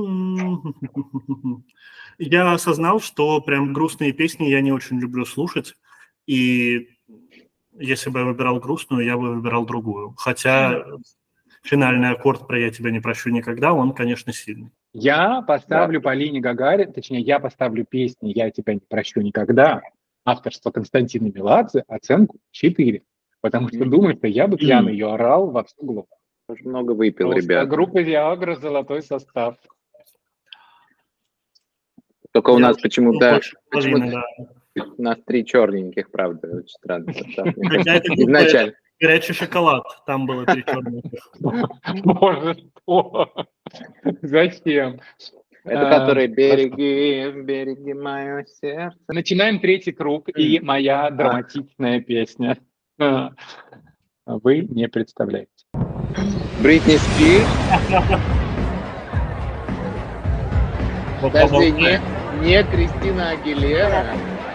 М, Я осознал, что прям грустные песни я не очень люблю слушать, и если бы я выбирал грустную, я бы выбирал другую. Хотя финальный аккорд про «Я тебя не прощу никогда», он, конечно, сильный. Я поставлю Полине Гагариной, точнее, я поставлю песни «Я тебя не прощу никогда», авторство Константина Меладзе, оценку четыре. Потому что Мгм. думаю, что я бы пьяно ее орал во всю голову. Очень много выпил, Просто ребят. группа Viagra «Золотой состав». Только у Я нас уже почему-то... больше половины, почему-то да. у нас три черненьких, правда. Очень странный состав. мне Хотя кажется. это группа Изначально. «Горячий шоколад», там было три черненьких. Боже, что? Зачем? Это А, который «Береги, береги мое сердце». Начинаем третий круг, и моя драматичная песня. А, Вы не представляете. Бритни Спирс. Подожди, не, не Кристина Агилера.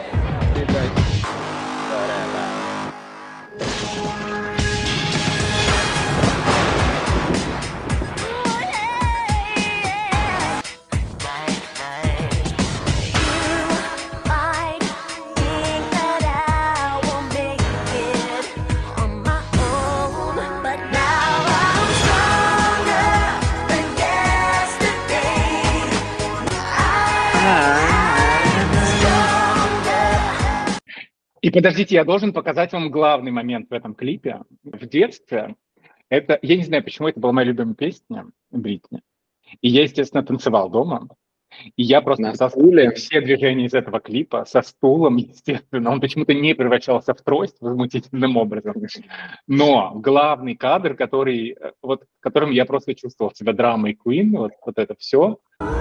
И подождите, я должен показать вам главный момент в этом клипе. В детстве, это, я не знаю, почему это была моя любимая песня Бритни. И я, естественно, танцевал дома. И я просто На пытался стуле? повторять все движения из этого клипа со стулом, естественно. Он почему-то не превращался в трость возмутительным образом. Но главный кадр, который, вот, которым я просто чувствовал себя драмой Queen, вот, вот это все.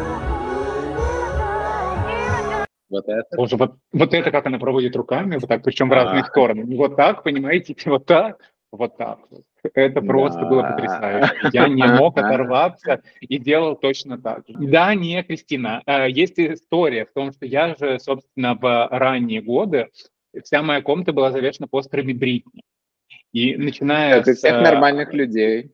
Вот это? Боже, вот, вот это как она проводит руками, вот так, причем в А. разные стороны. Не вот так, понимаете, вот так, вот так. Это просто Да. было потрясающе. Я не мог оторваться и делал точно так же. Да, не, Кристина. э, Есть история в том, что я же, собственно, в ранние годы, вся моя комната была завешена постерами Бритни. И начиная Как и с... всех э, нормальных людей.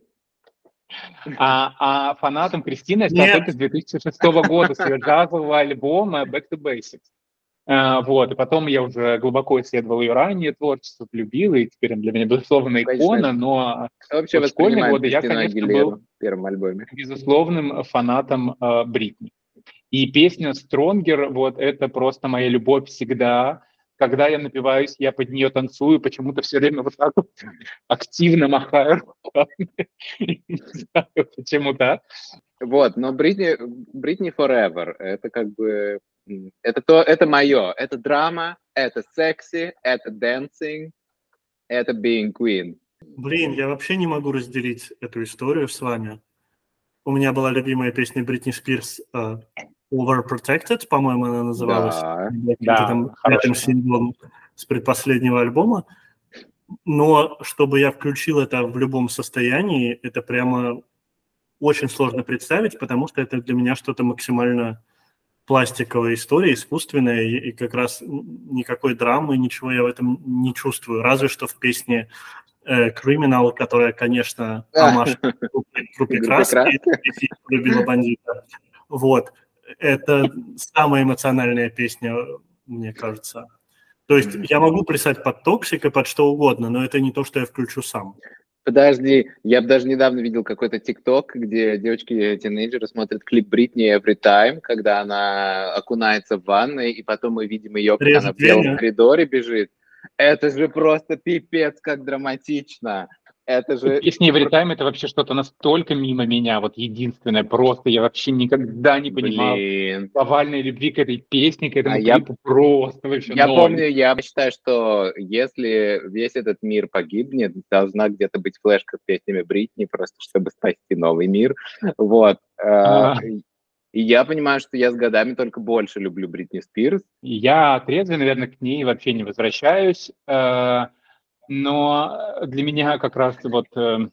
А, а фанатом Кристины я стал Нет. только с две тысячи шестого года, с ее джазового альбома «Back to Basics». А, вот, и потом я уже глубоко исследовал ее раннее творчество, полюбил, и теперь он для меня, безусловно, икона, но Кто вообще вот в школьные воспринимает годы я, Кристину конечно, Агилеру был в первом альбоме? безусловным фанатом э, Бритни. И песня «Stronger», вот это просто моя любовь всегда. Когда я напиваюсь, я под нее танцую, почему-то все время вот так вот активно махаю руками. Не знаю, почему так. Вот, но Бритни, Бритни Forever, это как бы, м, это то, это мое, это драма, это секси, это dancing, это being queen. Блин, я вообще не могу разделить эту историю с вами. У меня была любимая песня Бритни Спирс э, Overprotected, по-моему, она называлась. Да. Каким-то Да, там хорошая. пятым синглом с предпоследнего альбома. Но чтобы я включил это в любом состоянии, это прямо очень сложно представить, потому что это для меня что-то максимально пластиковая история, искусственная, и, и как раз никакой драмы, ничего я в этом не чувствую. Разве что в песне э, «Criminal», которая, конечно, помашет группе, группе «Краски», если любила бандита. Вот. Это самая эмоциональная песня, мне кажется. То есть я могу плясать под «Токсик» и под что угодно, но это не то, что я включу сам. Подожди, я бы даже недавно видел какой-то ТикТок, где девочки-тинейджеры смотрят клип Бритни Every Time, когда она окунается в ванной, и потом мы видим ее, как Режет она в белом время. коридоре бежит. Это же просто пипец, как драматично. Это же... Песня «Every Time» — это вообще что-то настолько мимо меня, вот единственное, просто я вообще никогда не понимал Блин. повальной любви к этой песне, к этому А я- клипу, просто вообще Я ноль. помню, я считаю, что если весь этот мир погибнет, должна где-то быть флешка с песнями Бритни, просто чтобы спасти новый мир. Вот. А. И я понимаю, что я с годами только больше люблю Бритни Спирс. Я трезвый, наверное, к ней вообще не возвращаюсь, э, но для меня как раз вот э, в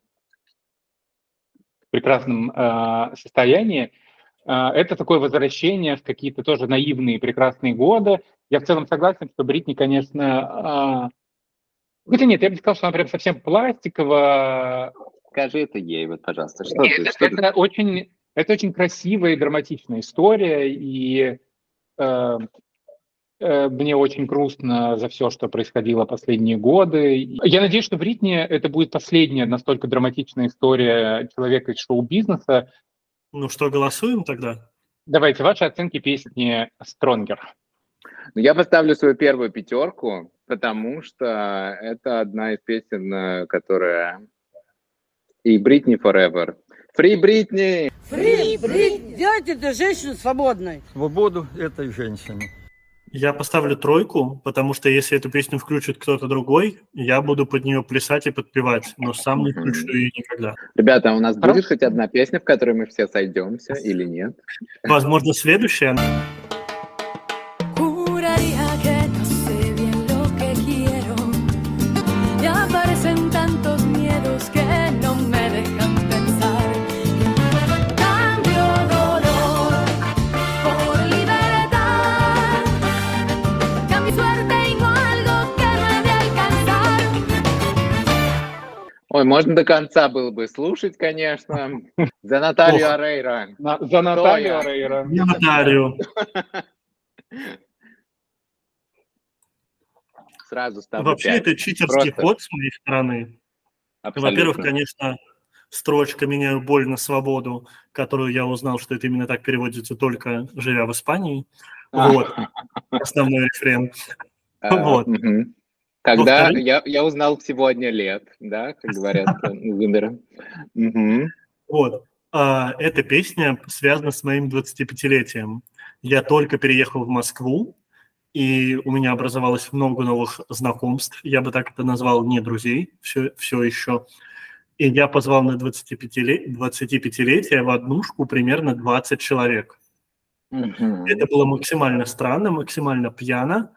прекрасном э, состоянии э, это такое возвращение в какие-то тоже наивные прекрасные годы. Я в целом согласен, что Бритни, конечно... Э, хотя нет, я бы не сказал, что она прям совсем пластиковая. Скажи это ей, вот, пожалуйста. Что Нет, ты, это, что ты- это очень, это очень красивая и драматичная история, и э, э, мне очень грустно за все, что происходило последние годы. Я надеюсь, что Бритни это будет последняя настолько драматичная история человека из шоу-бизнеса. Ну что, голосуем тогда? Давайте ваши оценки песни «Stronger». Ну, я поставлю свою первую пятерку, потому что это одна из песен, э, которая И Бритни Forever. Фри Бритни! Фри, Бритни! Сделайте эту женщину свободной. Свободу этой женщины. Я поставлю тройку, потому что если эту песню включит кто-то другой, я буду под нее плясать и подпевать, но сам не включу ее никогда. Ребята, у нас будет хоть одна песня, в которой мы все сойдемся или нет? Возможно, следующая. Juraría que no sé bien lo que quiero. Me aparecen tantos miedos que no me dejan pensar. Cambio dolor por libertad. Cambio suerte y no algo que no he de alcanzar. Ой, можно до конца было бы слушать, конечно. За Наталью Ох. Орейро. На- за Наталью Орейро. Я Наталью. Сразу ставлю Вообще, пять. это читерский Просто ход с моей стороны. абсолютно. Во-первых, конечно, строчка «Меняю боль на свободу», которую я узнал, что это именно так переводится, только живя в Испании. А. Вот. Основной рефрен. А, Вот. мгм. Когда Во-вторых- я, я узнал сегодня лет, да, как говорят зумеры. Мгм. Вот. А, эта песня связана с моим двадцатипятилетием. Я только переехал в Москву, и у меня образовалось много новых знакомств. Я бы так это назвал, не друзей, все, все еще. И я позвал на двадцатипятилетие, двадцатипятилетие в однушку примерно двадцать человек. Мгм. Это было максимально странно, максимально пьяно.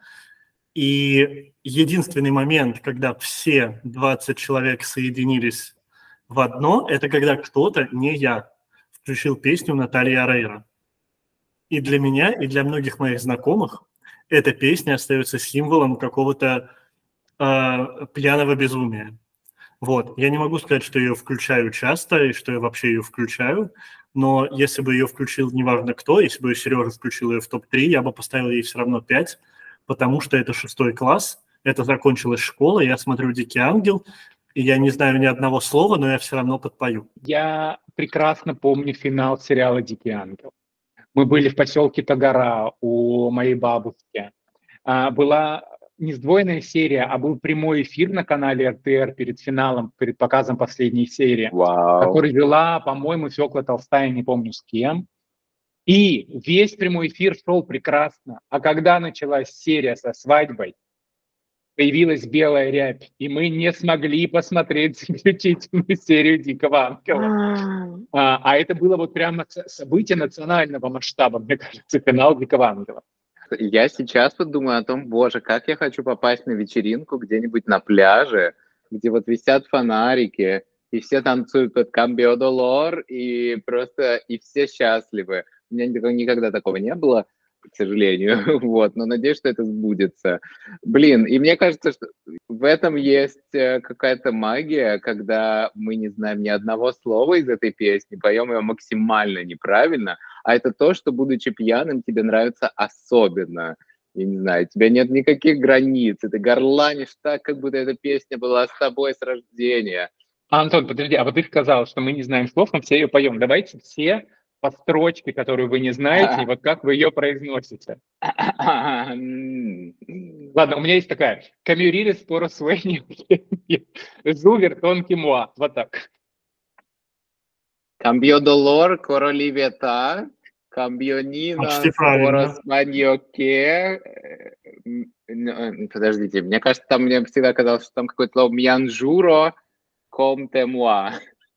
И единственный момент, когда все двадцать человек соединились в одно, это когда кто-то, не я, включил песню Натальи Орейро. И для меня, и для многих моих знакомых эта песня остается символом какого-то э, пьяного безумия. Вот. Я не могу сказать, что ее включаю часто и что я вообще ее включаю, но если бы ее включил неважно кто, если бы Сережа включил ее в топ три, я бы поставил ей все равно пять, потому что это шестой класс, это закончилась школа, я смотрю «Дикий ангел», и я не знаю ни одного слова, но я все равно подпою. Я прекрасно помню финал сериала «Дикий ангел». Мы были в поселке Тагара у моей бабушки. А, Была не сдвоенная серия, а был прямой эфир на канале эр тэ эр перед финалом, перед показом последней серии, Вау. который вела, по-моему, Фёкла Толстая, не помню с кем. И весь прямой эфир шел прекрасно. А когда началась серия со свадьбой, появилась белая рябь, и мы не смогли посмотреть заключительную серию «Дикого ангела». А, а это было вот прямо ц- событие национального масштаба, мне кажется, финал «Дикого ангела». Я сейчас вот думаю о том, боже, как я хочу попасть на вечеринку где-нибудь на пляже, где вот висят фонарики, и все танцуют под «Cambio Dolor», и просто, и все счастливы. У меня никогда, никогда такого не было, к сожалению, вот, но надеюсь, что это сбудется. Блин, и мне кажется, что в этом есть э, какая-то магия, когда мы не знаем ни одного слова из этой песни, поем ее максимально неправильно, а это то, что, будучи пьяным, тебе нравится особенно. Я не знаю, у тебя нет никаких границ, и ты горланишь так, как будто эта песня была с тобой с рождения. Антон, подожди, а вот ты сказал, что мы не знаем слов, мы все ее поем. Давайте все по строчке, которую вы не знаете, и вот как вы ее произносите. М. Ладно, у меня есть такая. Камюрири споро суэни, жувер тонкий муа. Вот так. Cambio dolor, coroliveta, cambioninos, Почти правильно. маньоке. Подождите, мне кажется, там мне всегда казалось, что там какое-то слово «мьянжуро комте муа».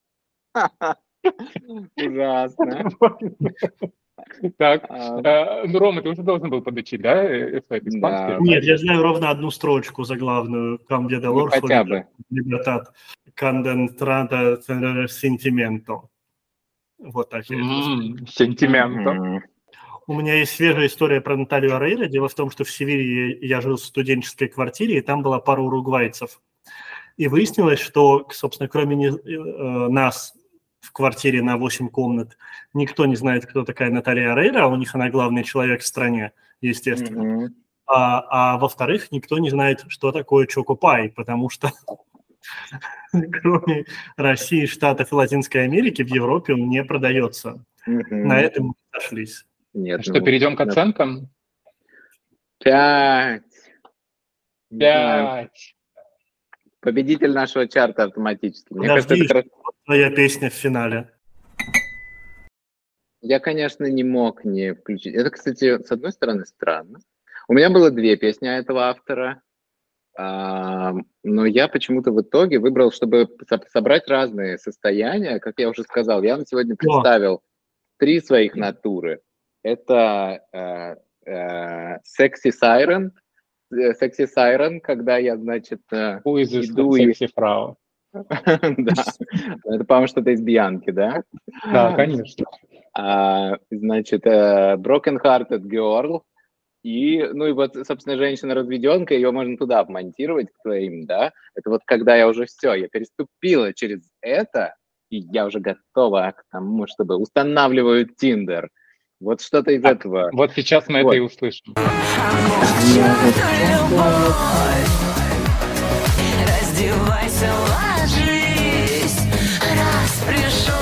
Ужасно. Так, А, э, ну, Рома, ты уже должен был подучить, да, э, э, испанский? Да. Нет, я знаю ровно одну строчку заглавную. «Cambio Ну, dolor, хотя бы. libertad, condentrada sentimento». Вот так я это знаю. М, Сентименто. Мгм. У меня есть свежая история про Наталью Орейро. Дело в том, что в Севилье я жил в студенческой квартире, и там была пара уругвайцев. И выяснилось, что, собственно, кроме не- э, нас в квартире на восемь комнат, никто не знает, кто такая Наталья Орейро, а у них она главный человек в стране, естественно. Мгм. А, а во-вторых, никто не знает, что такое чокопай, потому что кроме России, Штатов и Латинской Америки в Европе он не продается. Мгм. На этом мы сошлись. Нет, Что, ну, перейдем к на- оценкам? Пять. Не знаю. Пять. Победитель нашего чарта автоматически. Мне Подожди, кажется, это как раз... твоя песня в финале? Я, конечно, не мог не включить. Это, кстати, с одной стороны, странно. У меня было две песни этого автора, а, но я почему-то в итоге выбрал, чтобы со- собрать разные состояния. Как я уже сказал, я на сегодня представил три своих натуры. Это э, э, Sexy Siren, э, Sexy Siren, когда я, значит, э, Who is this иду и... sexy фрау? Да, это, по-моему, что-то из Бьянки, да? Да, конечно. А, значит, э, Broken Hearted Girl, и, ну и вот, собственно, женщина-разведенка, ее можно туда вмонтировать к твоим, да? Это вот когда я уже все, я переступила через это, и я уже готова к тому, чтобы устанавливаю Тиндер. Вот что-то из Так, этого. вот сейчас мы Вот. это и услышим. Раздевайся, ложись, раз пришел.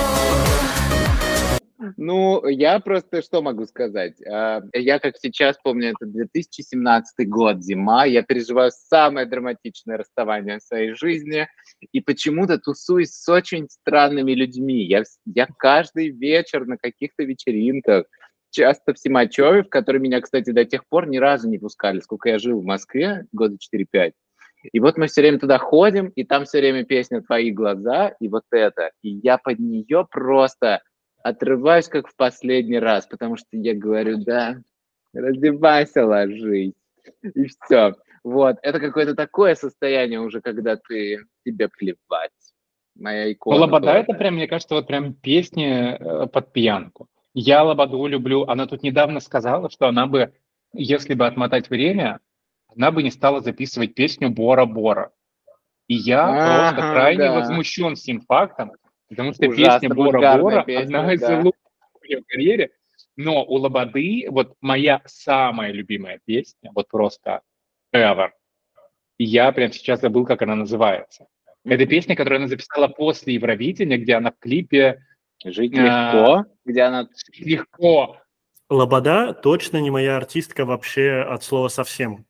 Ну, я просто что могу сказать? А, Я, как сейчас помню, это две тысячи семнадцатый год, зима, я переживаю самое драматичное расставание в своей жизни, и почему-то тусуюсь с очень странными людьми. Я, вс- я каждый вечер на каких-то вечеринках, часто в Симачеве, в который меня, кстати, до тех пор ни разу не пускали, сколько я жил в Москве, года четыре-пять. И вот мы все время туда ходим, и там все время песня «Твои глаза», и вот это. И я под нее просто отрываюсь, как в последний раз, потому что я говорю, да, раздевайся, ложись, и все. Вот, это какое-то такое состояние уже, когда ты, тебе плевать. Моя Ну, икона Лобода тоже. это прям, мне кажется, вот прям песни э, под пьянку. Я Лободу люблю. Она тут недавно сказала, что она бы, если бы отмотать время, она бы не стала записывать песню «Бора-Бора». И я просто Ага, крайне да. возмущен сим фактом, потому что Ужасно песня вульгарная «Бора-Бора» песня, одна из да. лучших в ее карьере. Но у Лободы вот моя самая любимая песня, вот просто ever. И я прямо сейчас забыл, как она называется. Это песня, которую она записала после Евровидения, где она в клипе «Жить а, легко», где она... легко. Лобода точно не моя артистка вообще от слова совсем.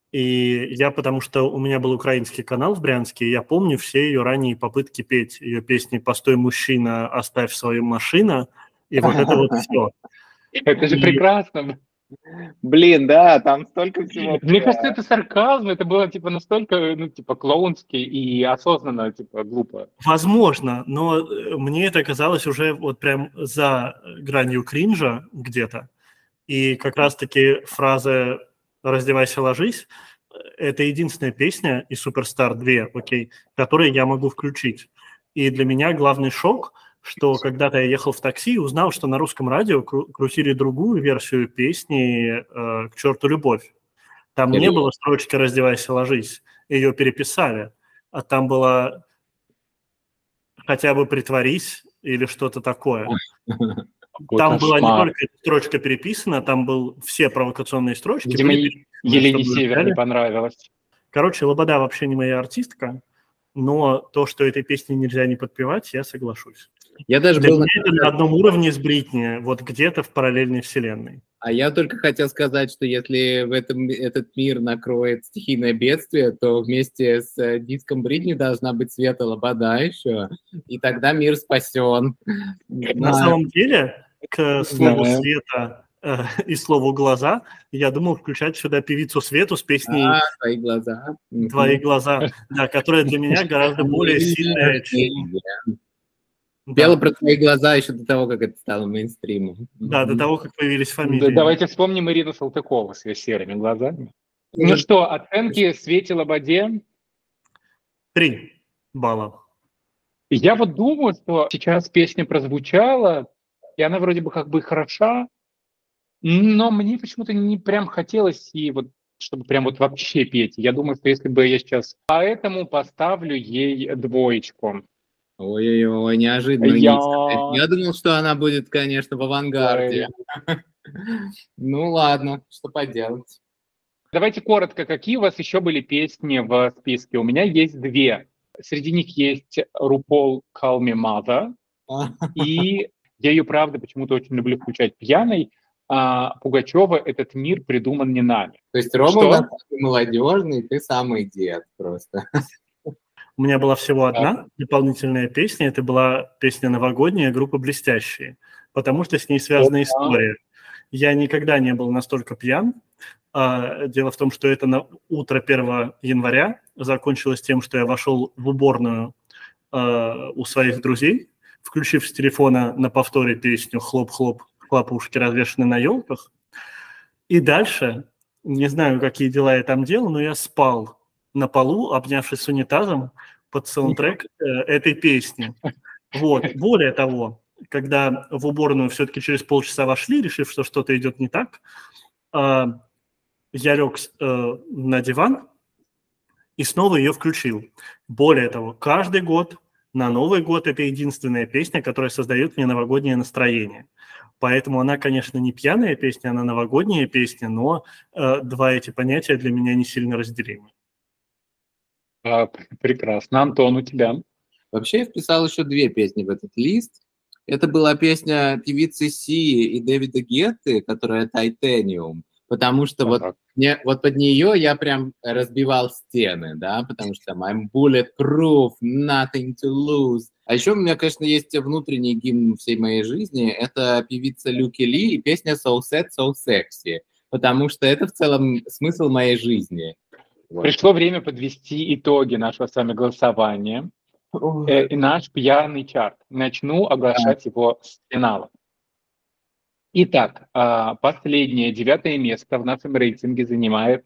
И я, потому что у меня был украинский канал в Брянске, и я помню все ее ранние попытки петь. Ее песни «Постой, мужчина, оставь свою машину», и вот это вот все. Это же И- прекрасно. Блин, да, там столько всего. Мне кажется, это сарказм, это было типа настолько, ну, типа, клоунски и осознанно, типа, глупо. Возможно, но э, мне это казалось уже вот прям за гранью кринжа где-то. И как раз-таки фраза «раздевайся, ложись» – это единственная песня из «Суперстар два», окей, которую я могу включить. И для меня главный шок, что когда-то я ехал в такси и узнал, что на русском радио кру- крутили другую версию песни э, «К черту любовь». Там не Серьезно? было строчки «раздевайся, ложись», ее переписали, а там была «хотя бы притворись» или что-то такое. Какой Там была не кошмар. только строчка переписана, там был все провокационные строчки. Видимо, были Е- переписаны, Елене чтобы Северной взяли. понравилось. Короче, Лобода вообще не моя артистка, но то, что этой песни нельзя не подпевать, я соглашусь. Я даже Для был на меня это на одном уровне с Бритни, вот где-то в параллельной вселенной. А я только хотел сказать, что если в этом, этот мир накроет стихийное бедствие, то вместе с э, диском Бритни должна быть Света Лобода еще, и тогда мир спасен. На самом деле, к слову Знаю. «света» э, и слову «глаза» я думал включать сюда певицу Свету с песней А, твои глаза. «Твои глаза», да, которая для меня гораздо более сильная, чем... Пела Да, про твои глаза еще до того, как это стало мейнстримом. да, до того, как появились Да, фамилии. давайте вспомним Ирину Салтыкову с ее серыми глазами. Ну что, оценки Свете Лободе? Три балла. Я вот думаю, что сейчас песня прозвучала, и она вроде бы как бы хороша, но мне почему-то не прям хотелось и вот чтобы прям вот вообще петь. Я думаю, что если бы я сейчас... Поэтому поставлю ей двоечку. Ой-ой-ой, неожиданно. Я- низко. Я думал, что она будет, конечно, в авангарде. Ну ладно, что поделать. Давайте коротко, какие у вас еще были песни в списке? У меня есть две. Среди них есть RuPaul Call Me Mother, и я ее, правда, почему-то очень люблю включать пьяной. А Пугачева «Этот мир придуман не нами». То есть Рома Что? у нас такой молодежный, ты самый дед просто. У меня была всего одна дополнительная песня. Это была песня новогодняя группы «Блестящие», потому что с ней связана история. Я никогда не был настолько пьян. Дело в том, что это на утро первого января закончилось тем, что я вошел в уборную у своих друзей, включив с телефона на повторе песню «Хлоп-хлоп, хлопушки развешаны на елках». И дальше, не знаю, какие дела я там делал, но я спал на полу, обнявшись с унитазом под саундтрек э, этой песни. Вот. Более того, когда в уборную все-таки через полчаса вошли, решив, что что-то идет не так, э, я лег э, на диван и снова ее включил. Более того, каждый год на Новый год это единственная песня, которая создает мне новогоднее настроение. Поэтому она, конечно, не пьяная песня, она новогодняя песня, но э, два эти понятия для меня не сильно разделимы. А, прекрасно. Антон, у тебя? Вообще я вписал еще две песни в этот лист. Это была песня певицы Си и Дэвида Гетты, которая «Titanium», потому что вот, не, вот под нее я прям разбивал стены, да, потому что там I'm bulletproof, nothing to lose. А еще у меня, конечно, есть внутренний гимн всей моей жизни, это певица Люки Ли и песня So Sad, So Sexy, потому что это в целом смысл моей жизни. Вот. Пришло время подвести итоги нашего с вами голосования. Э, и наш пьяный чарт. Начну оглашать его с финала. Итак, последнее, девятое место в нашем рейтинге занимает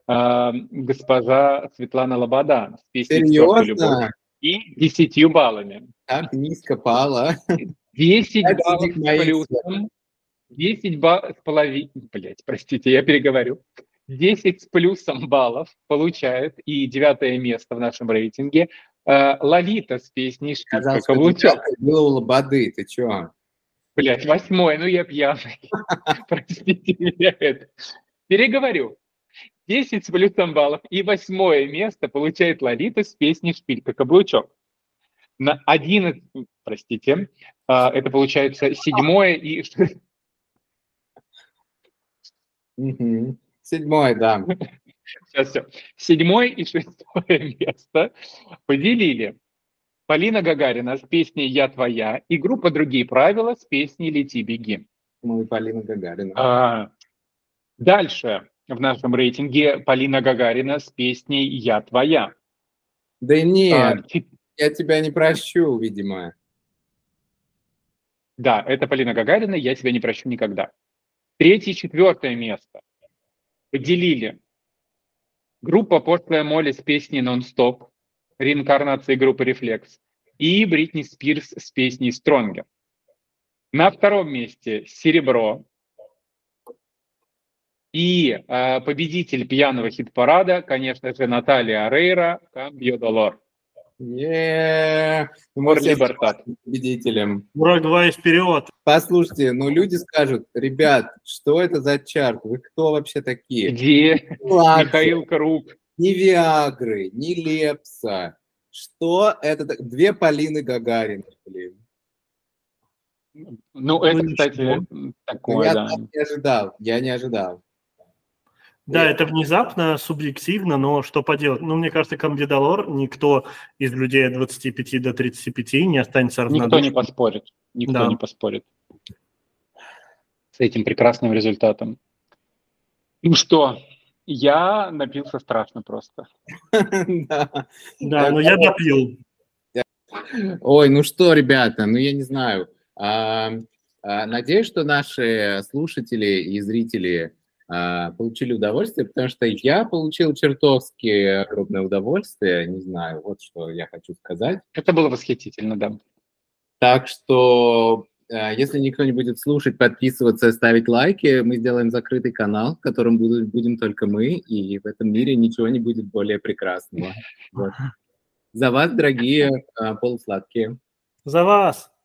госпожа Светлана Лобода с песней «Серьезно? Любовь» и десятью баллами. Так низко пала. десять баллов с плюсом. десять баллов с половиной. Блять, простите, я переговорю. десять с плюсом баллов получает и девятое место в нашем рейтинге Лолита с песней «Шпилька каблучок». Было у Лободы, ты чё? Блять, восьмой, ну я пьяный. Простите меня это. Переговорю. десять с плюсом баллов и восьмое место получает Лолита с песней «Шпилька каблучок». На одиннадцать, простите, это получается седьмое и... Седьмое, да. Сейчас все. Седьмое и шестое место поделили Полина Гагарина с песней «Я твоя» и группа «Другие правила» с песней «Лети, беги». Ну и Полина Гагарина. А, дальше в нашем рейтинге Полина Гагарина с песней «Я твоя». Да нет, а, я тебя не прощу, видимо. Да, это Полина Гагарина, «Я тебя не прощу никогда». Третье и четвертое место поделили группа «Пошлая Молли» с песней «Нон-стоп», реинкарнации группы «Рефлекс», и Бритни Спирс с песней «Стронгер». На втором месте «Серебро». И э, победитель пьяного хит-парада, конечно же, Наталья Орейро, «Камбио Долор». Еее, победителем. Уругвай вперед! Послушайте, ну люди скажут: ребят, что это за чарт? Вы кто вообще такие? Где Ладно. Михаил Круг? Ни Виагры, ни Лепса. Что это? Две Полины Гагарины, блин. Ну, ну это, кстати, такое, я да. не ожидал, я не ожидал. Да, это внезапно, субъективно, но что поделать? Ну, мне кажется, Камбидолор никто из людей от двадцати пяти до тридцати пяти не останется равнодушным. Никто не поспорит. Никто да. не поспорит с этим прекрасным результатом. Ну что, я напился страшно просто. Да, но я допил. Ой, ну что, ребята, ну я не знаю. Надеюсь, что наши слушатели и зрители получили удовольствие, потому что я получил чертовски огромное удовольствие, не знаю, вот что я хочу сказать. Это было восхитительно, да. Так что, если никто не будет слушать, подписываться, ставить лайки, мы сделаем закрытый канал, в котором будем только мы, и в этом мире ничего не будет более прекрасного. Вот. За вас, дорогие полусладкие. За вас!